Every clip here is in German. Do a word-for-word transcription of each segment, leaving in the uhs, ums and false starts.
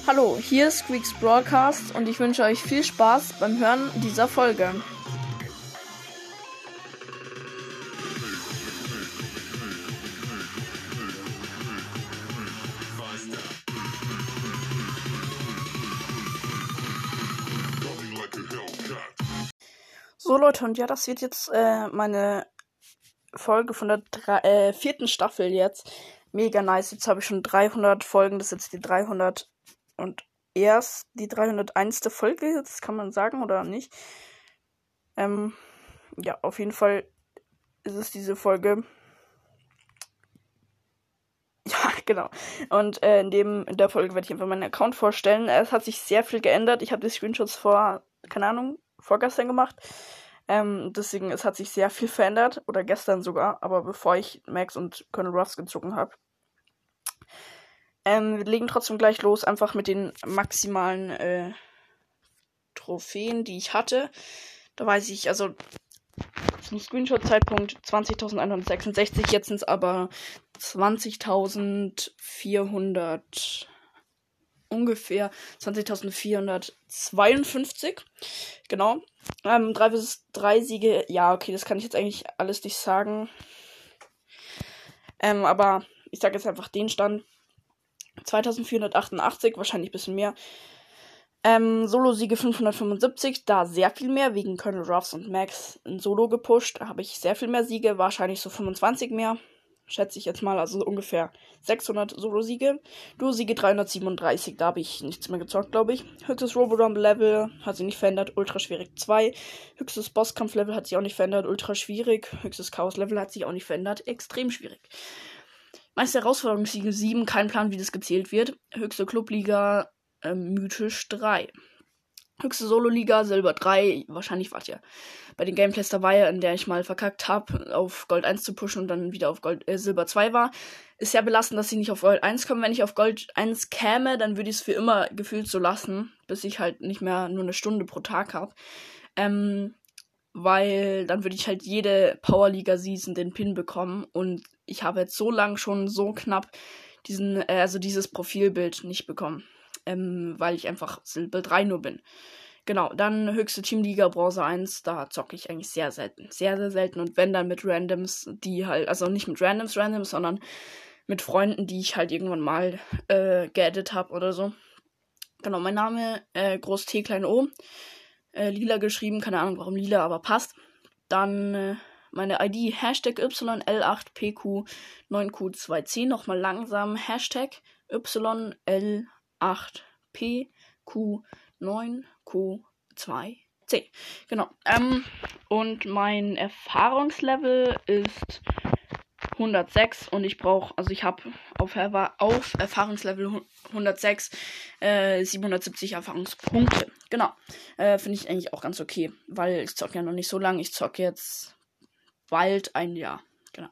Hallo, hier ist Squeaks Broadcast und ich wünsche euch viel Spaß beim Hören dieser Folge. So Leute, und ja, das wird jetzt äh, meine Folge von der drei, äh, vierten Staffel jetzt. Mega nice, jetzt habe ich schon dreihundert Folgen, das ist jetzt die dreihundert und erst die dreihunderteins. Folge, das kann man sagen oder nicht. Ähm, ja, auf jeden Fall ist es diese Folge. Ja, genau. Und äh, in, dem, in der Folge werde ich einfach meinen Account vorstellen. Es hat sich sehr viel geändert. Ich habe die Screenshots vor, keine Ahnung, vorgestern gemacht. Ähm, deswegen, es hat sich sehr viel verändert. Oder gestern sogar. Aber bevor ich Max und Colonel Ruffs gezogen habe. Ähm, wir legen trotzdem gleich los. Einfach mit den maximalen äh, Trophäen, die ich hatte. Da weiß ich, also zum Screenshot-Zeitpunkt zwanzigtausendeinhundertsechsundsechzig. Jetzt sind es aber zwanzigtausendvierhundert, ungefähr zwanzigtausendvierhundertzweiundfünfzig. Genau. Ähm, drei bis drei Siege. Ja, okay, das kann ich jetzt eigentlich alles nicht sagen. Ähm, aber ich sage jetzt einfach den Stand. zweitausendvierhundertachtundachtzig, wahrscheinlich ein bisschen mehr. Ähm, Solo-Siege fünfhundertfünfundsiebzig, da sehr viel mehr, wegen Colonel Ruffs und Max in Solo gepusht. Da habe ich sehr viel mehr Siege, wahrscheinlich so fünfundzwanzig mehr. Schätze ich jetzt mal, also ungefähr sechshundert Solo-Siege. Duo-Siege dreihundertsiebenunddreißig, da habe ich nichts mehr gezockt, glaube ich. Höchstes Robo-Rumble-Level hat sich nicht verändert, ultra schwierig zwei. Höchstes Bosskampf-Level hat sich auch nicht verändert, ultra schwierig. Höchstes Chaos-Level hat sich auch nicht verändert, extrem schwierig. Meiste Herausforderungssiege sieben, kein Plan, wie das gezählt wird. Höchste Clubliga, ähm, mythisch drei. Höchste Solo-Liga, Silber drei. Wahrscheinlich wart ihr bei den Gameplays dabei, in der ich mal verkackt habe, auf Gold eins zu pushen und dann wieder auf Gold, äh, Silber zwei war. Ist ja belastend, dass ich nicht auf Gold eins komme. Wenn ich auf Gold eins käme, dann würde ich es für immer gefühlt so lassen, bis ich halt nicht mehr nur eine Stunde pro Tag habe. Ähm, weil dann würde ich halt jede Powerliga-Season den Pin bekommen und ich habe jetzt so lang schon so knapp diesen, äh, also dieses Profilbild nicht bekommen. Ähm, weil ich einfach Silber drei nur bin. Genau, dann höchste Teamliga, Bronze eins, da zocke ich eigentlich sehr selten. Sehr, sehr selten. Und wenn dann mit Randoms, die halt, also nicht mit Randoms, Randoms, sondern mit Freunden, die ich halt irgendwann mal äh, geaddet habe oder so. Genau, mein Name, äh, groß T, klein O. Äh, lila geschrieben, keine Ahnung warum lila, aber passt. Dann äh, meine I D, Hashtag Y L acht P Q neun Q zwei C, nochmal langsam, Hashtag Y L acht P Q neun Q zwei C. Genau. Ähm, und mein Erfahrungslevel ist hundertsechs und ich brauche, also ich habe auf, auf Erfahrungslevel hundertsechs äh, siebenhundertsiebzig Erfahrungspunkte. Genau. Äh, Finde ich eigentlich auch ganz okay, weil ich zocke ja noch nicht so lange. Ich zocke jetzt bald ein Jahr. Genau.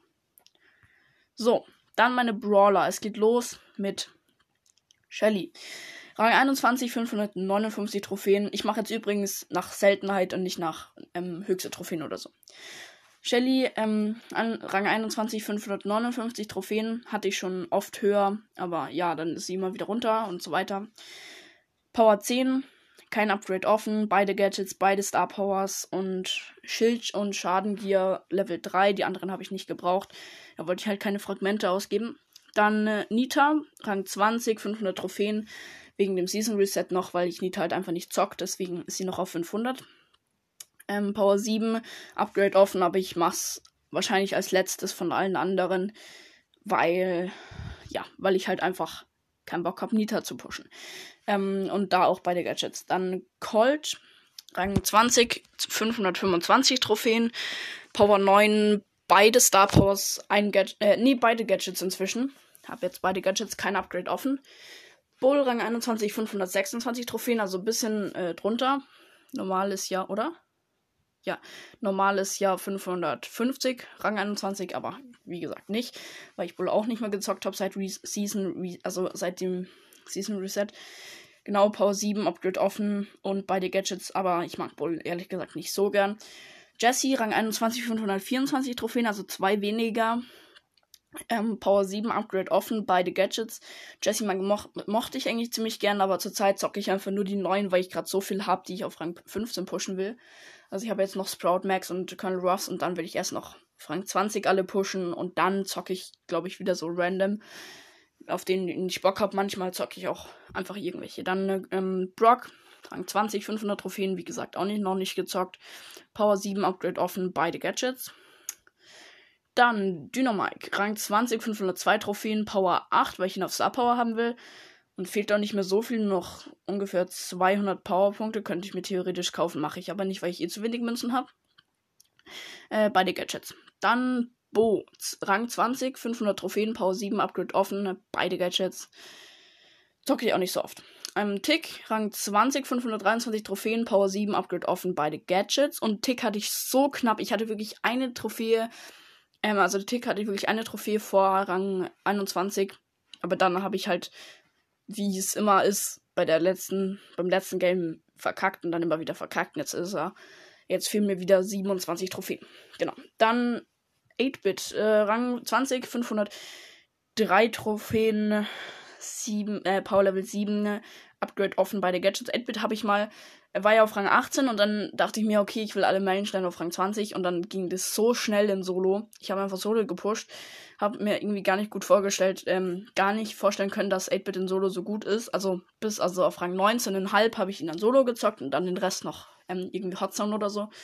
So, dann meine Brawler. Es geht los mit Shelly. Rang einundzwanzig, fünfhundertneunundfünfzig Trophäen. Ich mache jetzt übrigens nach Seltenheit und nicht nach ähm, höchste Trophäen oder so. Shelly, ähm, an Rang einundzwanzig, fünfhundertneunundfünfzig Trophäen. Hatte ich schon oft höher, aber ja, dann ist sie immer wieder runter und so weiter. Power zehn, kein Upgrade offen. Beide Gadgets, beide Star Powers und Schild und Schadengier Level drei. Die anderen habe ich nicht gebraucht. Da wollte ich halt keine Fragmente ausgeben. Dann äh, Nita, Rang zwanzig, fünfhundert Trophäen, wegen dem Season Reset noch, weil ich Nita halt einfach nicht zockt, deswegen ist sie noch auf fünfhundert. Ähm, Power sieben, Upgrade offen, aber ich mach's wahrscheinlich als letztes von allen anderen, weil, ja, weil ich halt einfach keinen Bock habe, Nita zu pushen. Ähm, und da auch beide Gadgets. Dann Colt, Rang zwanzig, fünfhundertfünfundzwanzig Trophäen, Power neun, beide Star Powers, ein Gadget, äh, nee, beide Gadgets inzwischen. Hab jetzt beide Gadgets, kein Upgrade offen. Bull, Rang einundzwanzig, fünfhundertsechsundzwanzig Trophäen, also ein bisschen äh, drunter. Normales Jahr, oder? Ja, normales Jahr fünfhundertfünfzig, Rang einundzwanzig, aber wie gesagt nicht, weil ich Bull auch nicht mehr gezockt habe seit Re- Season, Re- also seit dem Season Reset. Genau, Power sieben, Upgrade offen und beide Gadgets, aber ich mag Bull ehrlich gesagt nicht so gern. Jessie, Rang einundzwanzig, fünfhundertvierundzwanzig Trophäen, also zwei weniger. Ähm, Power sieben Upgrade offen, beide Gadgets. Jessie man moch mochte ich eigentlich ziemlich gern, aber zurzeit zocke ich einfach nur die neuen, weil ich gerade so viel habe, die ich auf Rang fünfzehn pushen will. Also ich habe jetzt noch Sprout Max und Colonel Ruffs und dann will ich erst noch auf Rang zwanzig alle pushen und dann zocke ich, glaube ich, wieder so random, auf denen ich Bock habe. Manchmal zocke ich auch einfach irgendwelche. Dann ähm, Brock, Rang zwanzig, fünfhundert Trophäen, wie gesagt, auch nicht, noch nicht gezockt. Power sieben Upgrade offen, beide Gadgets. Dann Dynamike, Rang zwanzig, fünfhundertzwei Trophäen, Power acht, weil ich ihn auf Star Power haben will. Und fehlt auch nicht mehr so viel, noch ungefähr zweihundert Powerpunkte. Könnte ich mir theoretisch kaufen, mache ich aber nicht, weil ich eh zu wenig Münzen habe. Äh, beide Gadgets. Dann Bo, Rang zwanzig, fünfhundert Trophäen, Power sieben, Upgrade offen, beide Gadgets. Zocke ich auch nicht so oft. Ähm, Tick, Rang zwanzig, fünfhundertdreiundzwanzig Trophäen, Power sieben, Upgrade offen, beide Gadgets. Und Tick hatte ich so knapp. Ich hatte wirklich eine Trophäe. Ähm, also Tick hatte ich wirklich eine Trophäe vor Rang einundzwanzig. Aber dann habe ich halt, wie es immer ist, bei der letzten, beim letzten Game verkackt und dann immer wieder verkackt. Jetzt ist er. Jetzt fehlen mir wieder siebenundzwanzig Trophäen. Genau. Dann acht Bit, äh, Rang zwanzig, fünfhundertdrei Trophäen, sieben, äh, Power Level sieben, Upgrade offen, beide Gadgets. acht Bit habe ich mal, er war ja auf Rang achtzehn und dann dachte ich mir, okay, ich will alle Meilensteine auf Rang zwanzig und dann ging das so schnell in Solo. Ich habe einfach Solo gepusht, habe mir irgendwie gar nicht gut vorgestellt, ähm, gar nicht vorstellen können, dass acht Bit in Solo so gut ist. Also bis also auf Rang neunzehn Komma fünf habe ich ihn dann Solo gezockt und dann den Rest noch ähm, irgendwie Hotzone oder so.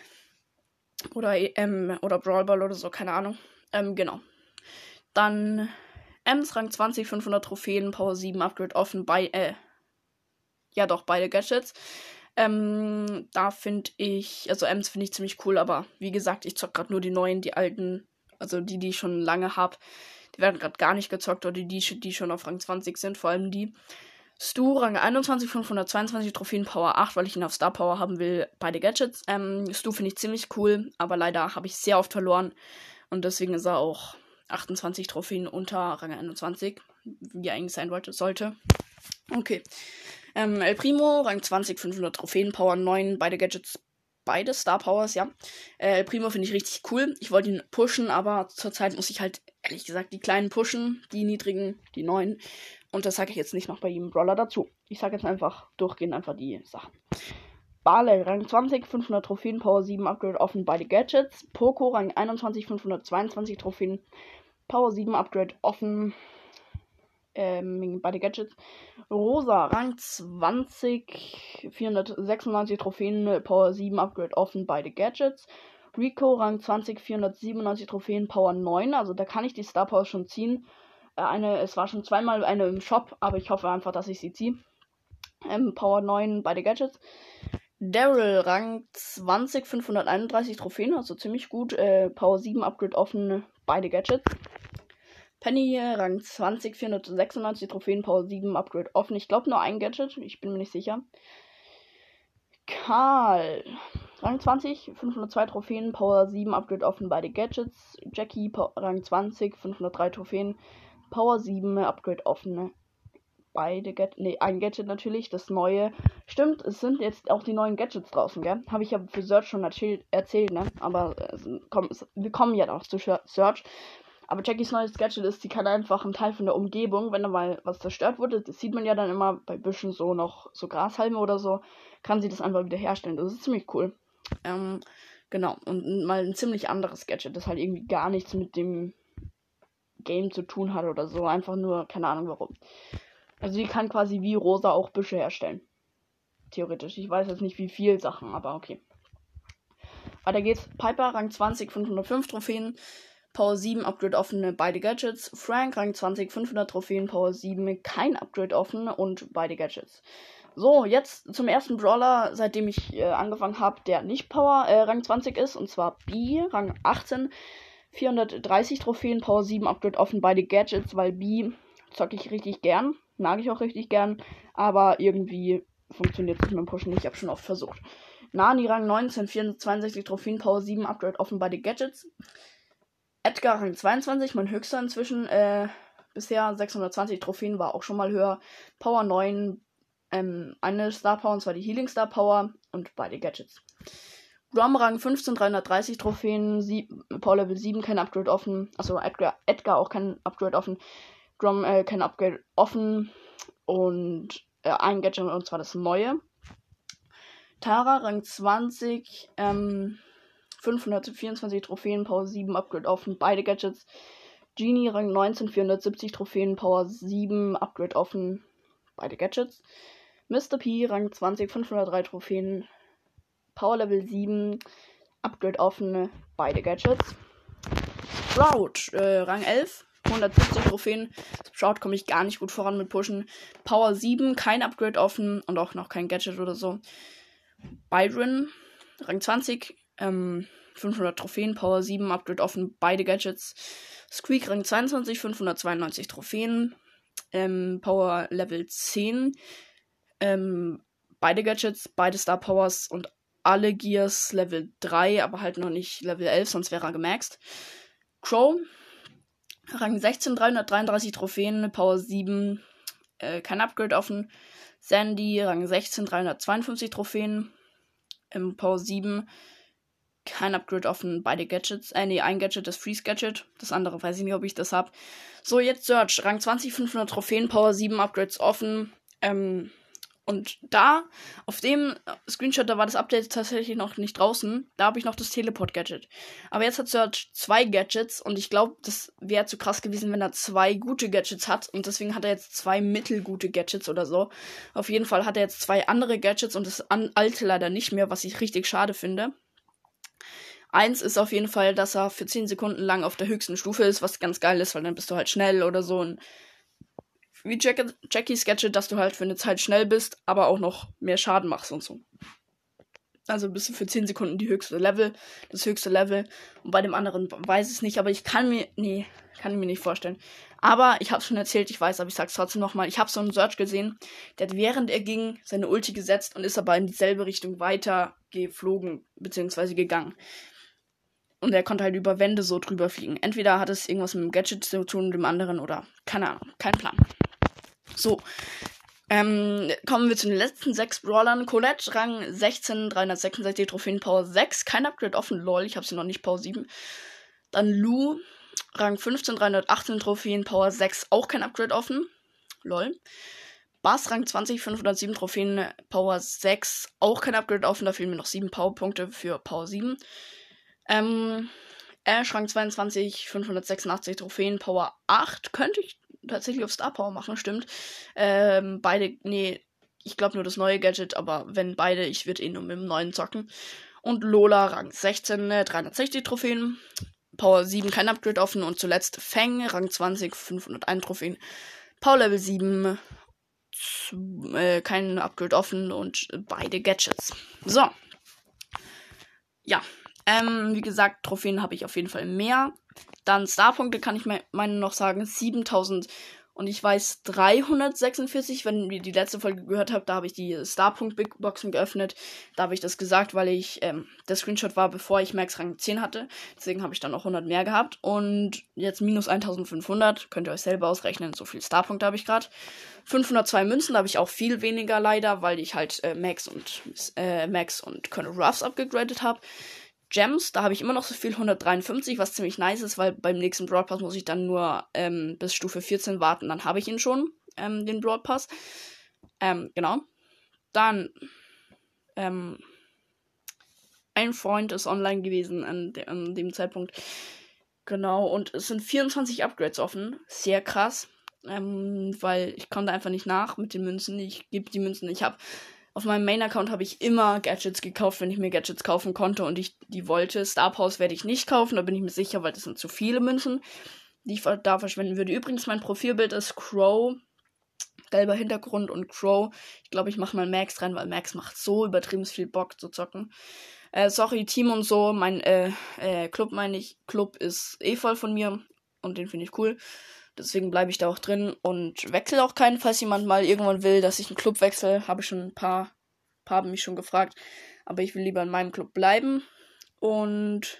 Oder ähm, oder Brawl Ball oder so, keine Ahnung. Ähm, genau. Dann Ems, Rang zwanzig, fünfhundert Trophäen, Power sieben, Upgrade offen, bei, äh, ja doch, beide Gadgets. Ähm, da finde ich, also Ems finde ich ziemlich cool, aber wie gesagt, ich zock gerade nur die neuen, die alten, also die, die ich schon lange habe. Die werden gerade gar nicht gezockt, oder die, die schon auf Rang zwanzig sind, vor allem die. Stu, Rang einundzwanzig, fünfhundertzweiundzwanzig Trophäen, Power acht, weil ich ihn auf Star Power haben will, beide Gadgets. Ähm, Stu finde ich ziemlich cool, aber leider habe ich sehr oft verloren und deswegen ist er auch achtundzwanzig Trophäen unter Rang einundzwanzig, wie er eigentlich sein wollte, sollte. Okay. Ähm, El Primo, Rang zwanzig, fünfhundert Trophäen, Power neun, beide Gadgets, beide Star Powers, ja. Äh, El Primo finde ich richtig cool. Ich wollte ihn pushen, aber zurzeit muss ich halt, ehrlich gesagt, die kleinen pushen, die niedrigen, die neuen. Und das sage ich jetzt nicht noch bei jedem Brawler dazu. Ich sage jetzt einfach durchgehend einfach die Sachen. Barley, Rang zwanzig, fünfhundert Trophäen, Power sieben, Upgrade offen, beide Gadgets. Poco, Rang einundzwanzig, fünfhundertzweiundzwanzig Trophäen, Power sieben, Upgrade offen, ähm, beide Gadgets. Rosa, Rang zwanzig, vierhundertsechsundneunzig Trophäen, Power sieben, Upgrade offen, beide Gadgets. Rico, Rang zwanzig, vierhundertsiebenundneunzig Trophäen, Power neun, also da kann ich die Star Power schon ziehen. Eine, es war schon zweimal eine im Shop, aber ich hoffe einfach, dass ich sie ziehe. Ähm, Power neun, beide Gadgets. Daryl, Rang zwanzig, fünfhunderteinunddreißig Trophäen, also ziemlich gut. Äh, Power sieben, Upgrade offen, beide Gadgets. Penny, Rang zwanzig, vierhundertsechsundneunzig Trophäen, Power sieben, Upgrade offen. Ich glaube nur ein Gadget, ich bin mir nicht sicher. Karl, Rang zwanzig, fünfhundertzwei Trophäen, Power sieben, Upgrade offen, beide Gadgets. Jackie, Rang zwanzig, fünfhundertdrei Trophäen, Power sieben, Upgrade offen, beide Gadgets. Ne, ein Gadget natürlich, das neue. Stimmt, es sind jetzt auch die neuen Gadgets draußen, gell? Habe ich ja für Search schon erzählt, erzählt ne? Aber äh, komm, es, wir kommen ja noch zu Search. Aber Jackies neues Gadget ist, sie kann einfach einen Teil von der Umgebung, wenn da mal was zerstört wurde, das sieht man ja dann immer bei Büschen so noch, so Grashalme oder so, kann sie das einfach wieder herstellen. Das ist ziemlich cool. Ähm, genau. Und mal ein ziemlich anderes Gadget, das halt irgendwie gar nichts mit dem Game zu tun hat oder so. Einfach nur, keine Ahnung warum. Also sie kann quasi wie Rosa auch Büsche herstellen. Theoretisch. Ich weiß jetzt nicht wie viel Sachen, aber okay. Weiter geht's. Piper, Rang zwanzig, fünfhundertfünf Trophäen. Power sieben, Upgrade offen, beide Gadgets. Frank, Rang zwanzig, fünfhundert Trophäen, Power sieben, kein Upgrade offen und beide Gadgets. So, jetzt zum ersten Brawler, seitdem ich äh, angefangen habe, der nicht Power äh, Rang zwanzig ist. Und zwar B, Rang achtzehn, vierhundertdreißig Trophäen, Power sieben, Upgrade offen, beide Gadgets, weil B zocke ich richtig gern. Mag ich auch richtig gern. Aber irgendwie funktioniert es mit dem Pushen nicht. Ich habe schon oft versucht. Nani, Rang neunzehn, vierhundertzweiundsechzig Trophäen, Power sieben, Upgrade offen, beide Gadgets. Edgar, Rang zweiundzwanzig, mein höchster inzwischen, äh, bisher sechshundertzwanzig Trophäen, war auch schon mal höher. Power neun, ähm, eine Star Power, und zwar die Healing Star Power und beide Gadgets. Grom Rang fünfzehn, dreihundertdreißig Trophäen, sieb, Power Level sieben, kein Upgrade offen. Also Edgar, Edgar auch kein Upgrade offen. Grom äh, kein Upgrade offen. Und äh, ein Gadget, und zwar das neue. Tara Rang zwanzig, ähm, fünfhundertvierundzwanzig Trophäen, Power sieben, Upgrade offen, beide Gadgets. Genie Rang neunzehn, vierhundertsiebzig Trophäen, Power sieben, Upgrade offen, beide Gadgets. Mister P Rang zwanzig, fünfhundertdrei Trophäen, Power Level sieben, Upgrade offen, beide Gadgets. Sprout, äh, Rang elf, hundertsiebzig Trophäen. Sprout komme ich gar nicht gut voran mit Pushen. Power sieben, kein Upgrade offen und auch noch kein Gadget oder so. Byron, Rang zwanzig, ähm, fünfhundert Trophäen, Power sieben, Upgrade offen, beide Gadgets. Squeak, Rang zweiundzwanzig, fünfhundertzweiundneunzig Trophäen, ähm, Power Level zehn, ähm, beide Gadgets, beide Star Powers und alle Gears Level drei, aber halt noch nicht Level elf, sonst wäre er gemaxt. Crow, Rang sechzehn, dreihundertdreiunddreißig Trophäen, Power sieben, äh, kein Upgrade offen. Sandy, Rang sechzehn, dreihundertzweiundfünfzig Trophäen, ähm, Power sieben, kein Upgrade offen, beide Gadgets. Äh, nee, ein Gadget, das Freeze Gadget. Das andere weiß ich nicht, ob ich das hab. So, jetzt Search. Rang zwanzig, fünfhundert Trophäen, Power sieben, Upgrades offen. Ähm, und da, auf dem Screenshot, da war das Update tatsächlich noch nicht draußen. Da habe ich noch das Teleport-Gadget. Aber jetzt hat Search zwei Gadgets und ich glaube, das wäre zu krass gewesen, wenn er zwei gute Gadgets hat. Und deswegen hat er jetzt zwei mittelgute Gadgets oder so. Auf jeden Fall hat er jetzt zwei andere Gadgets und das alte leider nicht mehr, was ich richtig schade finde. Eins ist auf jeden Fall, dass er für zehn Sekunden lang auf der höchsten Stufe ist, was ganz geil ist, weil dann bist du halt schnell oder so. Und wie Jack Jackies Gadget, dass du halt für eine Zeit schnell bist, aber auch noch mehr Schaden machst und so. Also bist du für zehn Sekunden die höchste Level, das höchste Level. Und bei dem anderen weiß ich es nicht, aber ich kann mir, nee, kann ich mir nicht vorstellen. Aber ich habe es schon erzählt, ich weiß, aber ich sag's trotzdem nochmal. Ich habe so einen Search gesehen, der hat während er ging seine Ulti gesetzt und ist aber in dieselbe Richtung weiter geflogen, beziehungsweise gegangen. Und er konnte halt über Wände so drüber fliegen. Entweder hat es irgendwas mit dem Gadget zu tun, mit dem anderen, oder keine Ahnung, kein Plan. So, ähm, kommen wir zu den letzten sechs Brawlern. Colette, Rang sechzehn, dreihundertsechsundsechzig Trophäen, Power sechs, kein Upgrade offen, lol, ich habe sie noch nicht, Power sieben. Dann Lou, Rang fünfzehn, dreihundertachtzehn Trophäen, Power sechs, auch kein Upgrade offen, lol. Bass, Rang zwanzig, fünfhundertsieben Trophäen, Power sechs, auch kein Upgrade offen, da fehlen mir noch sieben Powerpunkte für Power sieben. Ähm, Ash, Rang zweiundzwanzig, fünfhundertsechsundachtzig Trophäen, Power acht, könnte ich tatsächlich auf Star Power machen, stimmt. Ähm, beide, nee, ich glaube nur das neue Gadget, aber wenn beide, ich würde eh nur mit dem neuen zocken. Und Lola, Rang sechzehn, dreihundertsechzig Trophäen, Power sieben, kein Upgrade offen. Und zuletzt Fang, Rang zwanzig, fünfhunderteins Trophäen, Power Level sieben, äh, kein Upgrade offen und beide Gadgets. So. Ja, ähm, wie gesagt, Trophäen habe ich auf jeden Fall mehr. Dann Starpunkte kann ich me- meinen noch sagen, siebentausend und ich weiß dreihundertsechsundvierzig, wenn ihr die letzte Folge gehört habt, da habe ich die Starpunkt-Big-Boxen geöffnet. Da habe ich das gesagt, weil ich, ähm, der Screenshot war, bevor ich Max Rang zehn hatte. Deswegen habe ich dann noch hundert mehr gehabt. Und jetzt minus eintausendfünfhundert, könnt ihr euch selber ausrechnen, so viel Starpunkte habe ich gerade. fünfhundertzwei Münzen, da habe ich auch viel weniger leider, weil ich halt äh, Max und äh, Max und Colonel Ruffs abgegradet habe. Gems, da habe ich immer noch so viel, hundertdreiundfünfzig, was ziemlich nice ist, weil beim nächsten Brawl Pass muss ich dann nur ähm, bis Stufe vierzehn warten, dann habe ich ihn schon, ähm, den Brawl Pass. Ähm, genau. Dann, ähm, ein Freund ist online gewesen an, de- an dem Zeitpunkt. Genau, und es sind vierundzwanzig Upgrades offen. Sehr krass, ähm, weil ich komme da einfach nicht nach mit den Münzen. Ich gebe die Münzen, ich habe auf meinem Main-Account habe ich immer Gadgets gekauft, wenn ich mir Gadgets kaufen konnte und ich die wollte. Star Powers werde ich nicht kaufen, da bin ich mir sicher, weil das sind zu viele Münzen, die ich da verschwenden würde. Übrigens, mein Profilbild ist Crow, gelber Hintergrund und Crow. Ich glaube, ich mache mal Max rein, weil Max macht so übertrieben viel Bock zu zocken. Äh, sorry, Team und so, mein äh, äh, Club meine ich, Club ist eh voll von mir und den finde ich cool. Deswegen bleibe ich da auch drin und wechsle auch keinen, falls jemand mal irgendwann will, dass ich einen Club wechsle. Habe ich schon ein paar, paar haben mich schon gefragt. Aber ich will lieber in meinem Club bleiben. Und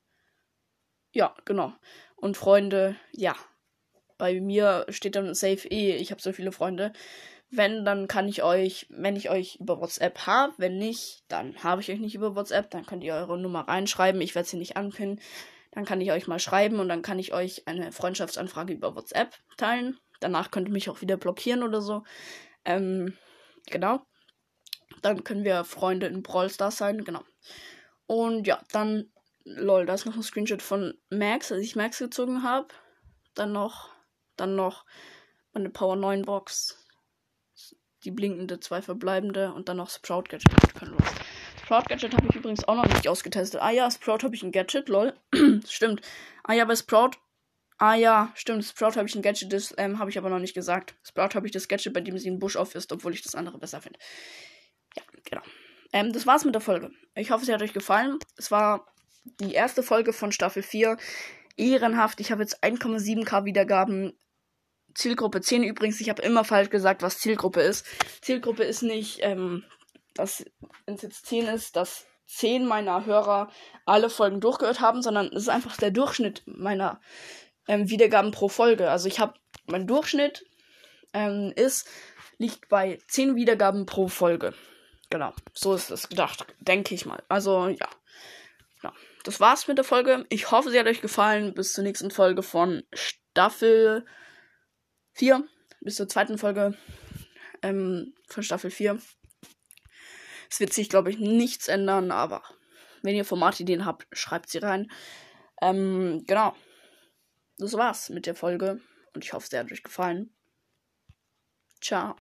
ja, genau. Und Freunde, ja. Bei mir steht dann safe eh, ich habe so viele Freunde. Wenn, dann kann ich euch, wenn ich euch über WhatsApp habe, wenn nicht, dann habe ich euch nicht über WhatsApp, dann könnt ihr eure Nummer reinschreiben, ich werde sie nicht anpinnen, dann kann ich euch mal schreiben und dann kann ich euch eine Freundschaftsanfrage über WhatsApp teilen. Danach könnt ihr mich auch wieder blockieren oder so. Ähm, genau. Dann können wir Freunde in Brawl Stars sein, genau. Und ja, dann, lol, da ist noch ein Screenshot von Max, als ich Max gezogen habe. Dann noch, dann noch meine Power neun Box. Die blinkende, zwei verbleibende und dann noch Sprout Gadget. Sprout Gadget habe ich übrigens auch noch nicht ausgetestet. Ah ja, Sprout habe ich ein Gadget, lol. Stimmt. Ah ja, bei Sprout. Ah ja, stimmt. Sprout habe ich ein Gadget, das ähm, habe ich aber noch nicht gesagt. Sprout habe ich das Gadget, bei dem sie ein Busch auf ist, obwohl ich das andere besser finde. Ja, genau. Ähm, das war's mit der Folge. Ich hoffe, sie hat euch gefallen. Es war die erste Folge von Staffel vier. Ehrenhaft. Ich habe jetzt eins Komma sieben K Wiedergaben. Zielgruppe zehn übrigens, ich habe immer falsch gesagt, was Zielgruppe ist. Zielgruppe ist nicht, ähm, dass, wenn es jetzt zehn ist, dass zehn meiner Hörer alle Folgen durchgehört haben, sondern es ist einfach der Durchschnitt meiner ähm, Wiedergaben pro Folge. Also ich habe, mein Durchschnitt ähm, ist, liegt bei zehn Wiedergaben pro Folge. Genau, so ist es gedacht, denke ich mal. Also, ja. ja. Das war's mit der Folge. Ich hoffe, sie hat euch gefallen. Bis zur nächsten Folge von Staffel vier, bis zur zweiten Folge ähm, von Staffel vier. Es wird sich, glaube ich, nichts ändern, aber wenn ihr Formatideen habt, schreibt sie rein. Ähm, genau. Das war's mit der Folge und ich hoffe, sie hat euch gefallen. Ciao.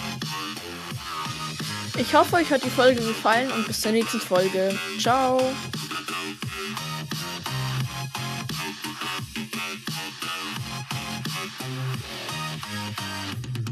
Ich hoffe, euch hat die Folge gefallen und bis zur nächsten Folge. Ciao.